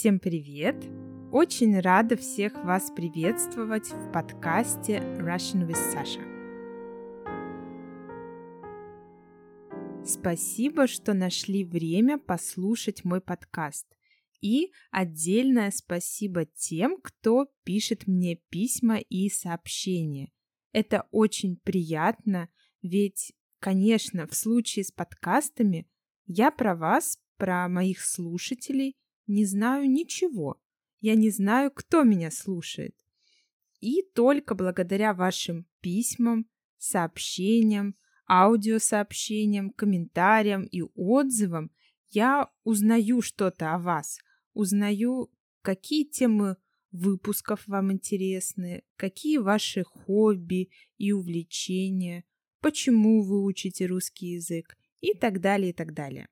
Всем привет! Очень рада всех вас приветствовать в подкасте Russian with Sasha. Спасибо, что нашли время послушать мой подкаст. И отдельное спасибо тем, кто пишет мне письма и сообщения. Это очень приятно, ведь, конечно, в случае с подкастами я про вас, про моих слушателей не знаю ничего. Я не знаю, кто меня слушает. И только благодаря вашим письмам, сообщениям, аудиосообщениям, комментариям и отзывам я узнаю что-то о вас, узнаю, какие темы выпусков вам интересны, какие ваши хобби и увлечения, почему вы учите русский язык и так далее, и так далее.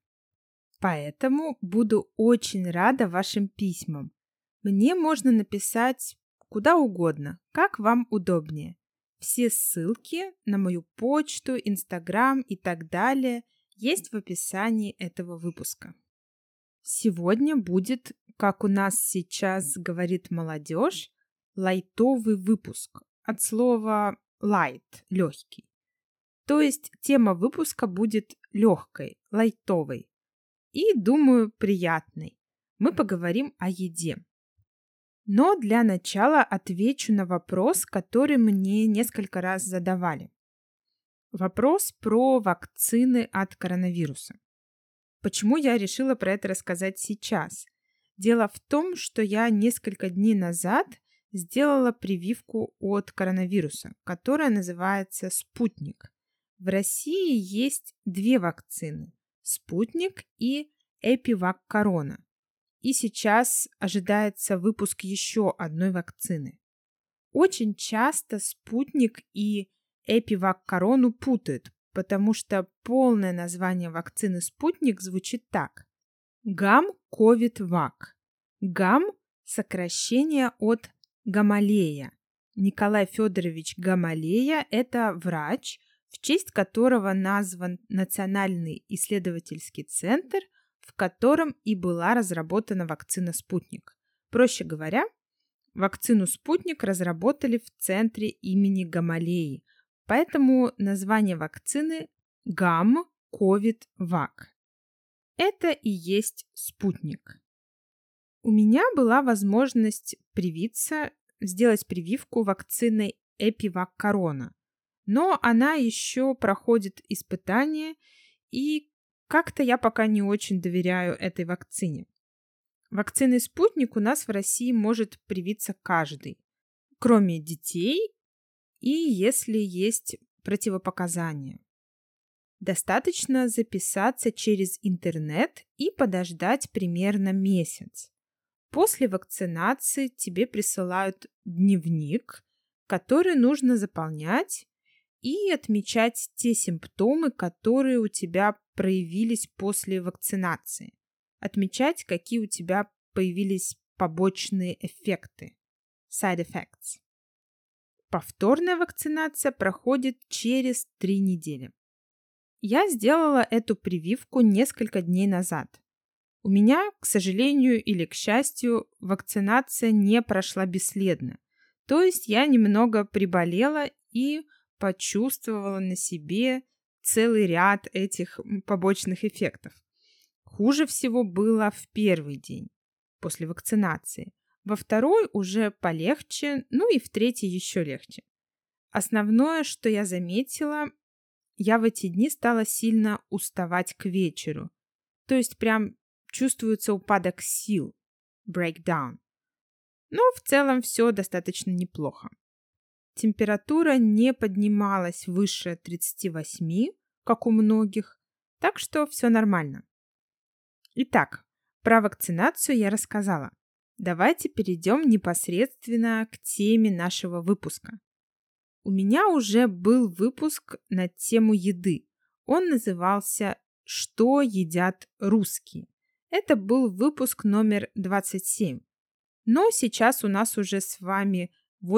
Поэтому буду очень рада вашим письмам. Мне можно написать куда угодно, как вам удобнее. Все ссылки на мою почту, Инстаграм и так далее есть в описании этого выпуска. Сегодня будет, как у нас сейчас говорит молодежь, лайтовый выпуск. От слова light, легкий. То есть тема выпуска будет легкой, лайтовой. И, думаю, приятной. Мы поговорим о еде. Но для начала отвечу на вопрос, который мне несколько раз задавали. Вопрос про вакцины от коронавируса. Почему я решила про это рассказать сейчас? Дело в том, что я несколько дней назад сделала прививку от коронавируса, которая называется «Спутник». В России есть две вакцины – «Спутник» и «Эпивак Корона». И сейчас ожидается выпуск еще одной вакцины. Очень часто «Спутник» и «Эпивак Корону» путают, потому что полное название вакцины «Спутник» звучит так. Гам-ковид-вак. Гам – сокращение от Гамалея. Николай Федорович Гамалея – это врач, в честь которого назван Национальный исследовательский центр, в котором и была разработана вакцина «Спутник». Проще говоря, вакцину «Спутник» разработали в центре имени Гамалеи, поэтому название вакцины Гам-ковид-вак. Это и есть «Спутник». У меня была возможность сделать прививку вакциной Эпивак Корона, но она еще проходит испытания, и как-то я пока не очень доверяю этой вакцине. Вакциной «Спутник» у нас в России может привиться каждый, кроме детей и если есть противопоказания. Достаточно записаться через интернет и подождать примерно месяц. После вакцинации тебе присылают дневник, который нужно заполнять и отмечать те симптомы, которые у тебя проявились после вакцинации. Отмечать, какие у тебя появились побочные эффекты, side effects. Повторная вакцинация проходит через 3 недели. Я сделала эту прививку несколько дней назад. У меня, к сожалению или к счастью, вакцинация не прошла бесследно. То есть я немного приболела и почувствовала на себе целый ряд этих побочных эффектов. Хуже всего было в первый день после вакцинации. Во второй уже полегче, ну и в третий еще легче. Основное, что я заметила, я в эти дни стала сильно уставать к вечеру. То есть прям чувствуется упадок сил, breakdown. Но в целом все достаточно неплохо. Температура не поднималась выше 38, как у многих, так что все нормально. Итак, про вакцинацию я рассказала. Давайте перейдем непосредственно к теме нашего выпуска. У меня уже был выпуск на тему еды. Он назывался «Что едят русские?». Это был выпуск номер 27. Но сейчас у нас уже с вами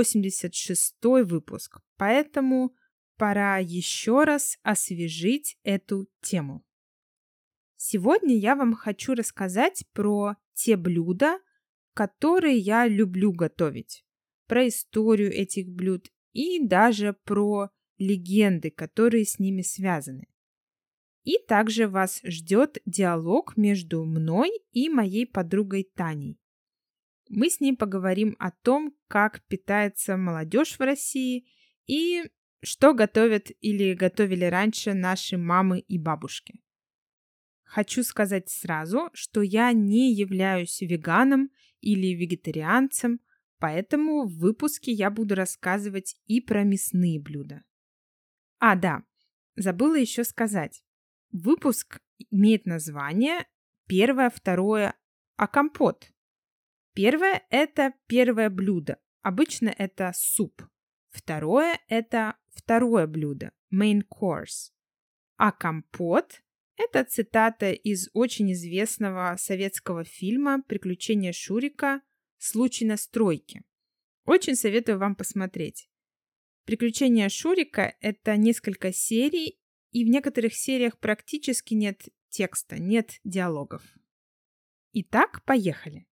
86-й выпуск, поэтому пора еще раз освежить эту тему. Сегодня я вам хочу рассказать про те блюда, которые я люблю готовить, про историю этих блюд и даже про легенды, которые с ними связаны. И также вас ждет диалог между мной и моей подругой Таней. Мы с ней поговорим о том, как питается молодежь в России и что готовят или готовили раньше наши мамы и бабушки. Хочу сказать сразу, что я не являюсь веганом или вегетарианцем, поэтому в выпуске я буду рассказывать и про мясные блюда. А, да, забыла еще сказать. Выпуск имеет название «Первое, второе, а компот». Первое – это первое блюдо. Обычно это суп. Второе – это второе блюдо, main course. А компот – это цитата из очень известного советского фильма «Приключения Шурика. Случай на стройке». Очень советую вам посмотреть. «Приключения Шурика» – это несколько серий, и в некоторых сериях практически нет текста, нет диалогов. Итак, поехали.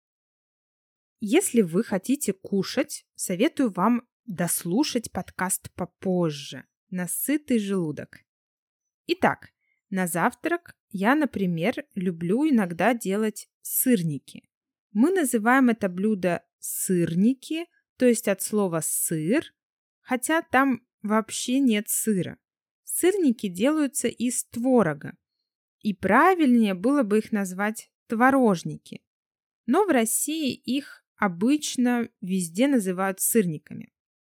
Если вы хотите кушать, советую вам дослушать подкаст попозже, на сытый желудок. Итак, на завтрак я, например, люблю иногда делать сырники. Мы называем это блюдо сырники, то есть от слова «сыр», хотя там вообще нет сыра. Сырники делаются из творога, и правильнее было бы их назвать творожники. Но в России их обычно везде называют сырниками.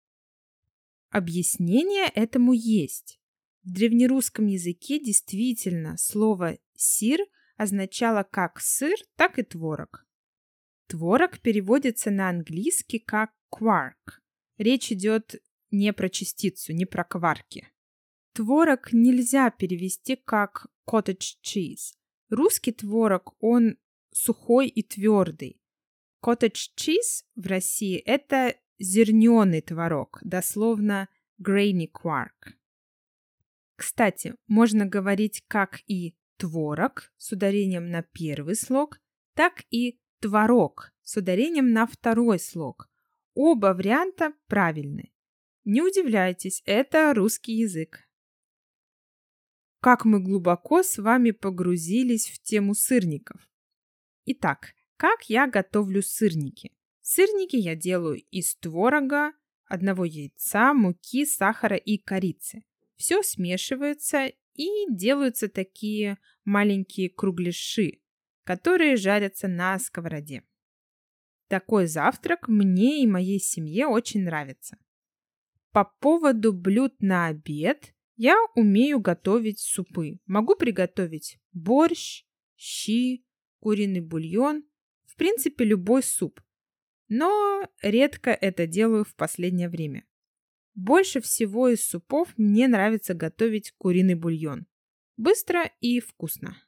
Объяснение этому есть. В древнерусском языке действительно слово «сир» означало как сыр, так и творог. Творог переводится на английский как quark. Речь идет не про частицу, не про кварки. Творог нельзя перевести как cottage cheese. Русский творог, он сухой и твердый. Cottage cheese в России – это зерненый творог, дословно grainy quark. Кстати, можно говорить как и творог с ударением на первый слог, так и творог с ударением на второй слог. Оба варианта правильны. Не удивляйтесь, это русский язык. Как мы глубоко с вами погрузились в тему сырников. Итак, как я готовлю сырники? Сырники я делаю из творога, одного яйца, муки, сахара и корицы. Все смешивается и делаются такие маленькие кругляши, которые жарятся на сковороде. Такой завтрак мне и моей семье очень нравится. По поводу блюд на обед я умею готовить супы. Могу приготовить борщ, щи, куриный бульон, в принципе, любой суп. Но редко это делаю в последнее время. Больше всего из супов мне нравится готовить куриный бульон. Быстро и вкусно.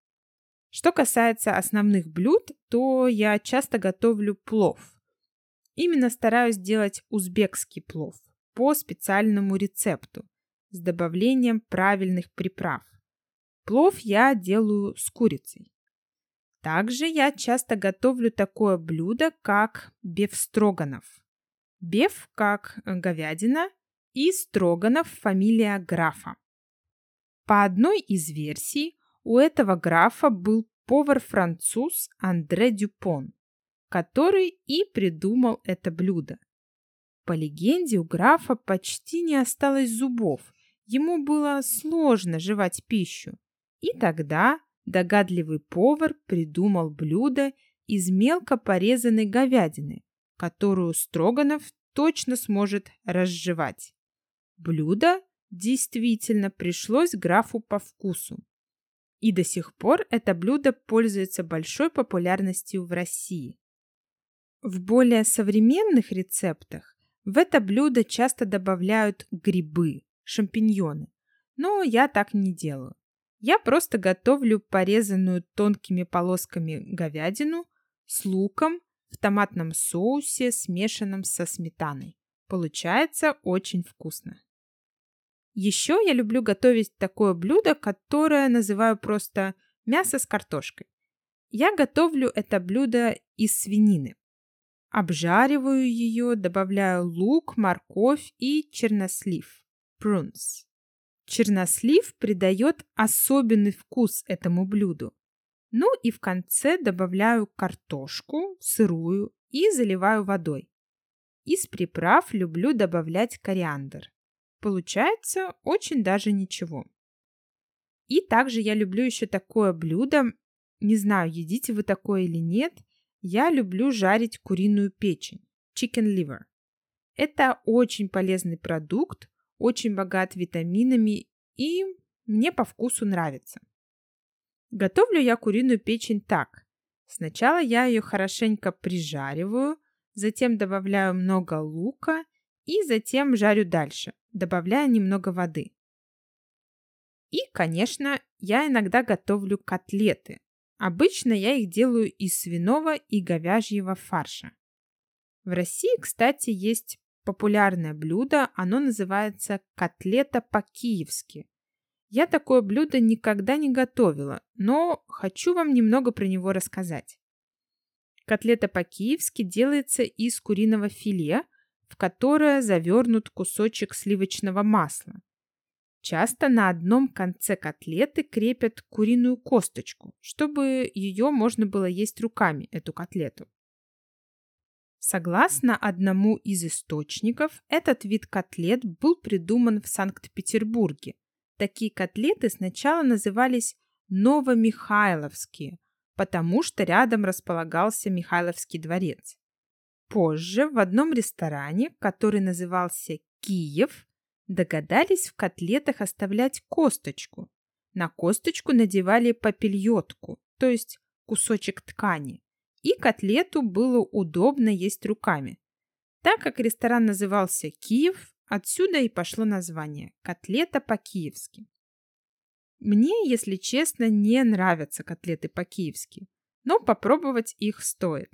Что касается основных блюд, то я часто готовлю плов. Именно стараюсь делать узбекский плов по специальному рецепту с добавлением правильных приправ. Плов я делаю с курицей. Также я часто готовлю такое блюдо, как бефстроганов. Беф как говядина и строганов фамилия графа. По одной из версий, у этого графа был повар-француз Андре Дюпон, который и придумал это блюдо. По легенде, у графа почти не осталось зубов, ему было сложно жевать пищу. И тогда догадливый повар придумал блюдо из мелко порезанной говядины, которую Строганов точно сможет разжевать. Блюдо действительно пришлось графу по вкусу. И до сих пор это блюдо пользуется большой популярностью в России. В более современных рецептах в это блюдо часто добавляют грибы, шампиньоны, но я так не делаю. Я просто готовлю порезанную тонкими полосками говядину с луком в томатном соусе, смешанном со сметаной. Получается очень вкусно. Еще я люблю готовить такое блюдо, которое называю просто мясо с картошкой. Я готовлю это блюдо из свинины. Обжариваю ее, добавляю лук, морковь и чернослив. Prunes. Чернослив придает особенный вкус этому блюду. Ну и в конце добавляю картошку сырую и заливаю водой. Из приправ люблю добавлять кориандр. Получается очень даже ничего. И также я люблю еще такое блюдо. Не знаю, едите вы такое или нет. Я люблю жарить куриную печень. Chicken liver. Это очень полезный продукт, очень богат витаминами и мне по вкусу нравится. Готовлю я куриную печень так. Сначала я ее хорошенько прижариваю, затем добавляю много лука и затем жарю дальше, добавляя немного воды. И, конечно, я иногда готовлю котлеты. Обычно я их делаю из свиного и говяжьего фарша. В России, кстати, есть популярное блюдо, оно называется котлета по-киевски. Я такое блюдо никогда не готовила, но хочу вам немного про него рассказать. Котлета по-киевски делается из куриного филе, в которое завернут кусочек сливочного масла. Часто на одном конце котлеты крепят куриную косточку, чтобы ее можно было есть руками, эту котлету. Согласно одному из источников, этот вид котлет был придуман в Санкт-Петербурге. Такие котлеты сначала назывались новомихайловские, потому что рядом располагался Михайловский дворец. Позже в одном ресторане, который назывался «Киев», догадались в котлетах оставлять косточку. На косточку надевали папильотку, то есть кусочек ткани, и котлету было удобно есть руками. Так как ресторан назывался «Киев», отсюда и пошло название «котлета по-киевски». Мне, если честно, не нравятся котлеты по-киевски, но попробовать их стоит.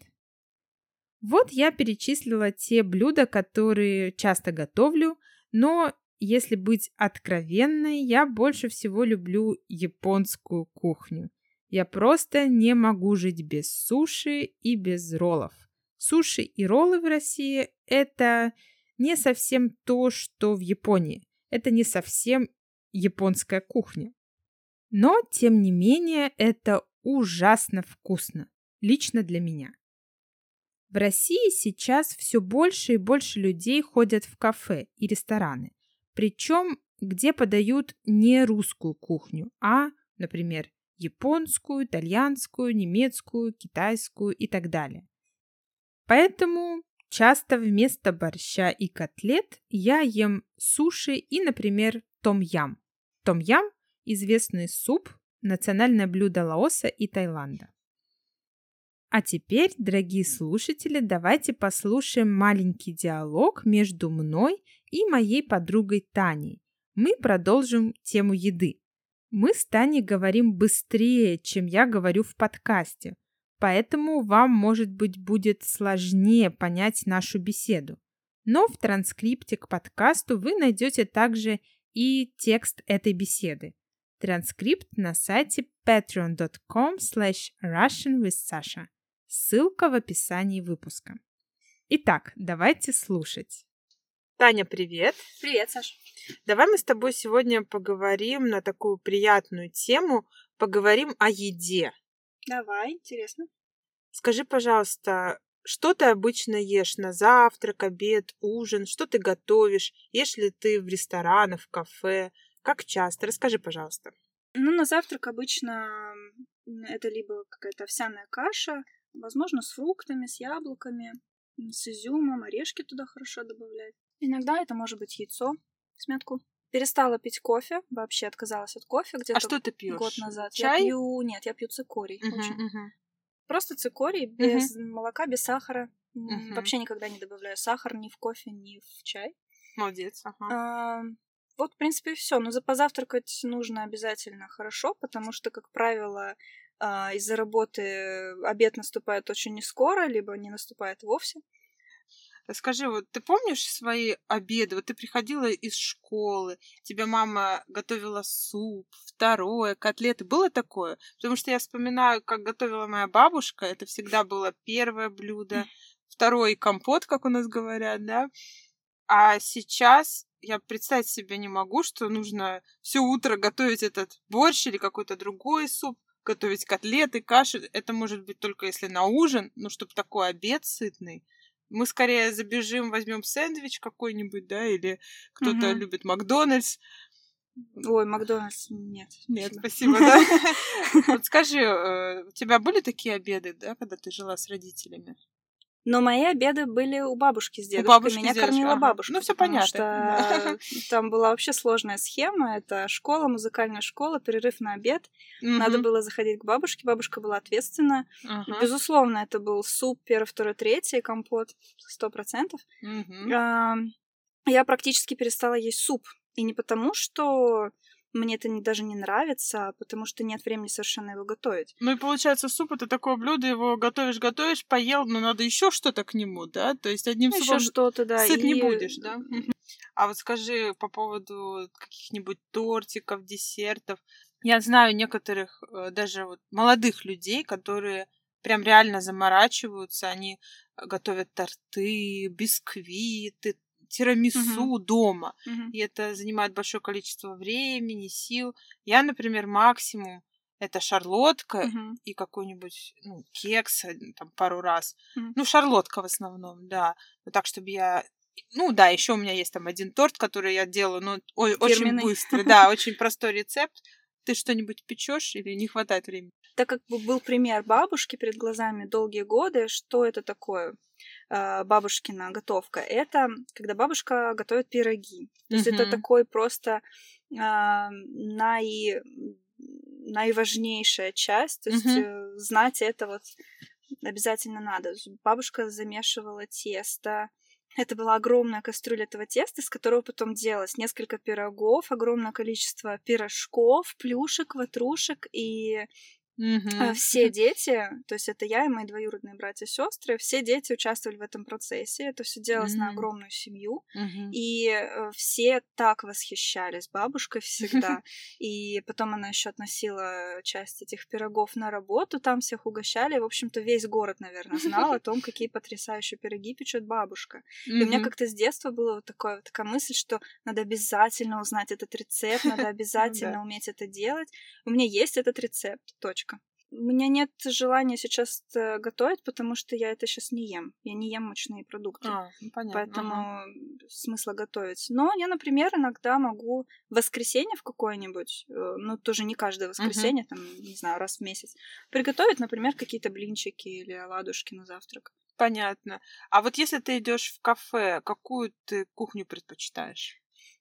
Вот я перечислила те блюда, которые часто готовлю, но если быть откровенной, я больше всего люблю японскую кухню. Я просто не могу жить без суши и без роллов. Суши и роллы в России – это не совсем то, что в Японии. Это не совсем японская кухня. Но, тем не менее, это ужасно вкусно. Лично для меня. В России сейчас все больше и больше людей ходят в кафе и рестораны. Причем, где подают не русскую кухню, а, например, японскую, итальянскую, немецкую, китайскую и так далее. Поэтому часто вместо борща и котлет я ем суши и, например, том-ям. Том-ям – известный суп, национальное блюдо Лаоса и Таиланда. А теперь, дорогие слушатели, давайте послушаем маленький диалог между мной и моей подругой Таней. Мы продолжим тему еды. Мы с Таней говорим быстрее, чем я говорю в подкасте, поэтому вам, может быть, будет сложнее понять нашу беседу. Но в транскрипте к подкасту вы найдете также и текст этой беседы. Транскрипт на сайте patreon.com/russianwithsasha. Ссылка в описании выпуска. Итак, давайте слушать. Таня, привет! Привет, Саш! Давай мы с тобой сегодня поговорим на такую приятную тему, поговорим о еде. Давай, интересно. Скажи, пожалуйста, что ты обычно ешь на завтрак, обед, ужин? Что ты готовишь? Ешь ли ты в ресторанах, в кафе? Как часто? Расскажи, пожалуйста. На завтрак обычно это либо какая-то овсяная каша, возможно, с фруктами, с яблоками, с изюмом, орешки туда хорошо добавлять. Иногда это может быть яйцо, смятку. Перестала пить кофе, вообще отказалась от кофе где-то. А что ты пьешь? Год назад. Чай? Я пью цикорий. Просто цикорий, без молока, без сахара. Вообще никогда не добавляю сахар ни в кофе, ни в чай. Молодец. Вот, в принципе, и все. Но позавтракать нужно обязательно хорошо, потому что, как правило, из-за работы обед наступает очень нескоро, либо не наступает вовсе. Скажи, вот ты помнишь свои обеды? Вот ты приходила из школы, тебе мама готовила суп, второе, котлеты. Было такое? Потому что я вспоминаю, как готовила моя бабушка. Это всегда было первое блюдо, второй компот, как у нас говорят, да. А сейчас я представить себе не могу, что нужно все утро готовить этот борщ или какой-то другой суп, готовить котлеты, каши. Это может быть только если на ужин, но чтобы такой обед сытный. Мы скорее забежим, возьмем сэндвич какой-нибудь, да, или кто-то любит Макдональдс. Ой, Макдональдс нет. Нет, спасибо, да. Вот скажи, у тебя были такие обеды, да, когда ты жила с родителями? Но мои обеды были у бабушки с дедушкой. Меня кормила бабушка. Ну, все понятно. Что там была вообще сложная схема. Это школа, музыкальная школа, перерыв на обед. Надо было заходить к бабушке. Бабушка была ответственна. Безусловно, это был суп первый, второй, третий, компот 100%. Я практически перестала есть суп. И не потому, что мне это даже не нравится, а потому что нет времени совершенно его готовить. Ну и получается, суп — это такое блюдо, его готовишь, поел, но надо еще что-то к нему, да? То есть одним супом что-то, да, сыт не будешь, да? А вот скажи по поводу каких-нибудь тортиков, десертов. Я знаю некоторых даже вот молодых людей, которые прям реально заморачиваются, они готовят торты, бисквиты, тирамису дома. И это занимает большое количество времени, сил. Я, например, максимум это шарлотка и какой-нибудь кекс там пару раз. Ну, шарлотка в основном, да. Но так, чтобы я... Ну, да, еще у меня есть там один торт, который я делаю, но очень быстро. Да, очень простой рецепт. Ты что-нибудь печешь или не хватает времени? Так как был пример бабушки перед глазами долгие годы, что это такое? Бабушкина готовка. Это когда бабушка готовит пироги. То есть это такой просто наиважнейшая часть. То есть знать это вот обязательно надо. Бабушка замешивала тесто. Это была огромная кастрюля этого теста, из которого потом делалось несколько пирогов, огромное количество пирожков, плюшек, ватрушек и... Все дети, то есть это я и мои двоюродные братья и сестры, все дети участвовали в этом процессе. Это все делалось на огромную семью. И все так восхищались бабушкой всегда. И потом она еще относила часть этих пирогов на работу, там всех угощали. В общем-то, весь город, наверное, знал о том, какие потрясающие пироги печет бабушка. И у меня как-то с детства была вот такая мысль, что надо обязательно узнать этот рецепт, надо обязательно уметь это делать. У меня есть этот рецепт, точка. У меня нет желания сейчас готовить, потому что я это сейчас не ем. Я не ем мучные продукты. Понятно. Поэтому смысла готовить. Но я, например, иногда могу в воскресенье в какое-нибудь, ну, тоже не каждое воскресенье, там, не знаю, раз в месяц, приготовить, например, какие-то блинчики или оладушки на завтрак. Понятно. А вот если ты идешь в кафе, какую ты кухню предпочитаешь?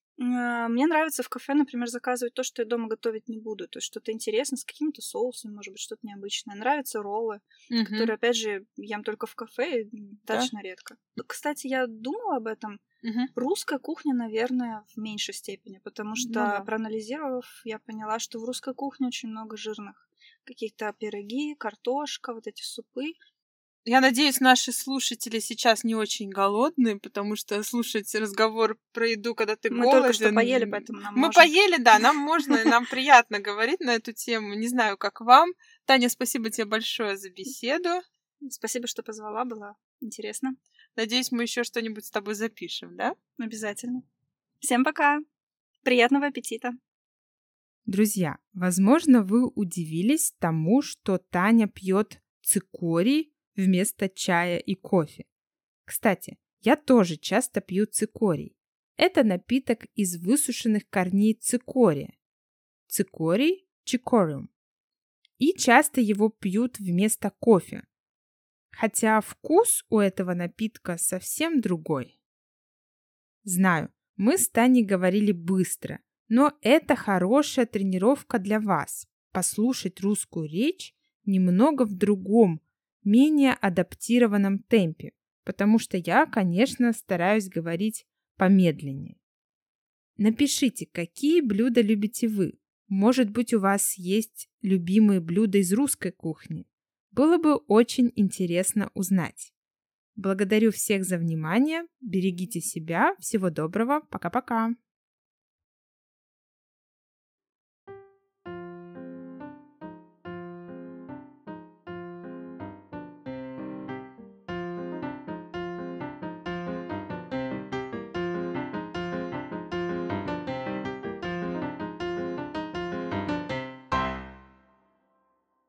Мне нравится в кафе, например, заказывать то, что я дома готовить не буду. То есть что-то интересное с какими-то соусами, может быть, что-то необычное. Нравятся роллы, которые, опять же, ем только в кафе и достаточно редко. Кстати, я думала об этом. Русская кухня, наверное, в меньшей степени, потому что, проанализировав, я поняла, что в русской кухне очень много жирных. Какие-то пироги, картошка, вот эти супы. Я надеюсь, наши слушатели сейчас не очень голодные, потому что слушать разговор про еду, когда ты голоден... Мы только что поели, поэтому нам Мы поели, да, нам можно, и нам приятно говорить на эту тему. Не знаю, как вам. Таня, спасибо тебе большое за беседу. Спасибо, что позвала, было интересно. Надеюсь, мы еще что-нибудь с тобой запишем, да? Обязательно. Всем пока! Приятного аппетита! Друзья, возможно, вы удивились тому, что Таня пьет цикорий вместо чая и кофе. Кстати, я тоже часто пью цикорий. Это напиток из высушенных корней цикория. Цикорий – чикориум. И часто его пьют вместо кофе. Хотя вкус у этого напитка совсем другой. Знаю, мы с Таней говорили быстро, но это хорошая тренировка для вас. Послушать русскую речь немного в другом, менее адаптированном темпе, потому что я, конечно, стараюсь говорить помедленнее. Напишите, какие блюда любите вы. Может быть, у вас есть любимые блюда из русской кухни. Было бы очень интересно узнать. Благодарю всех за внимание. Берегите себя. Всего доброго. Пока-пока.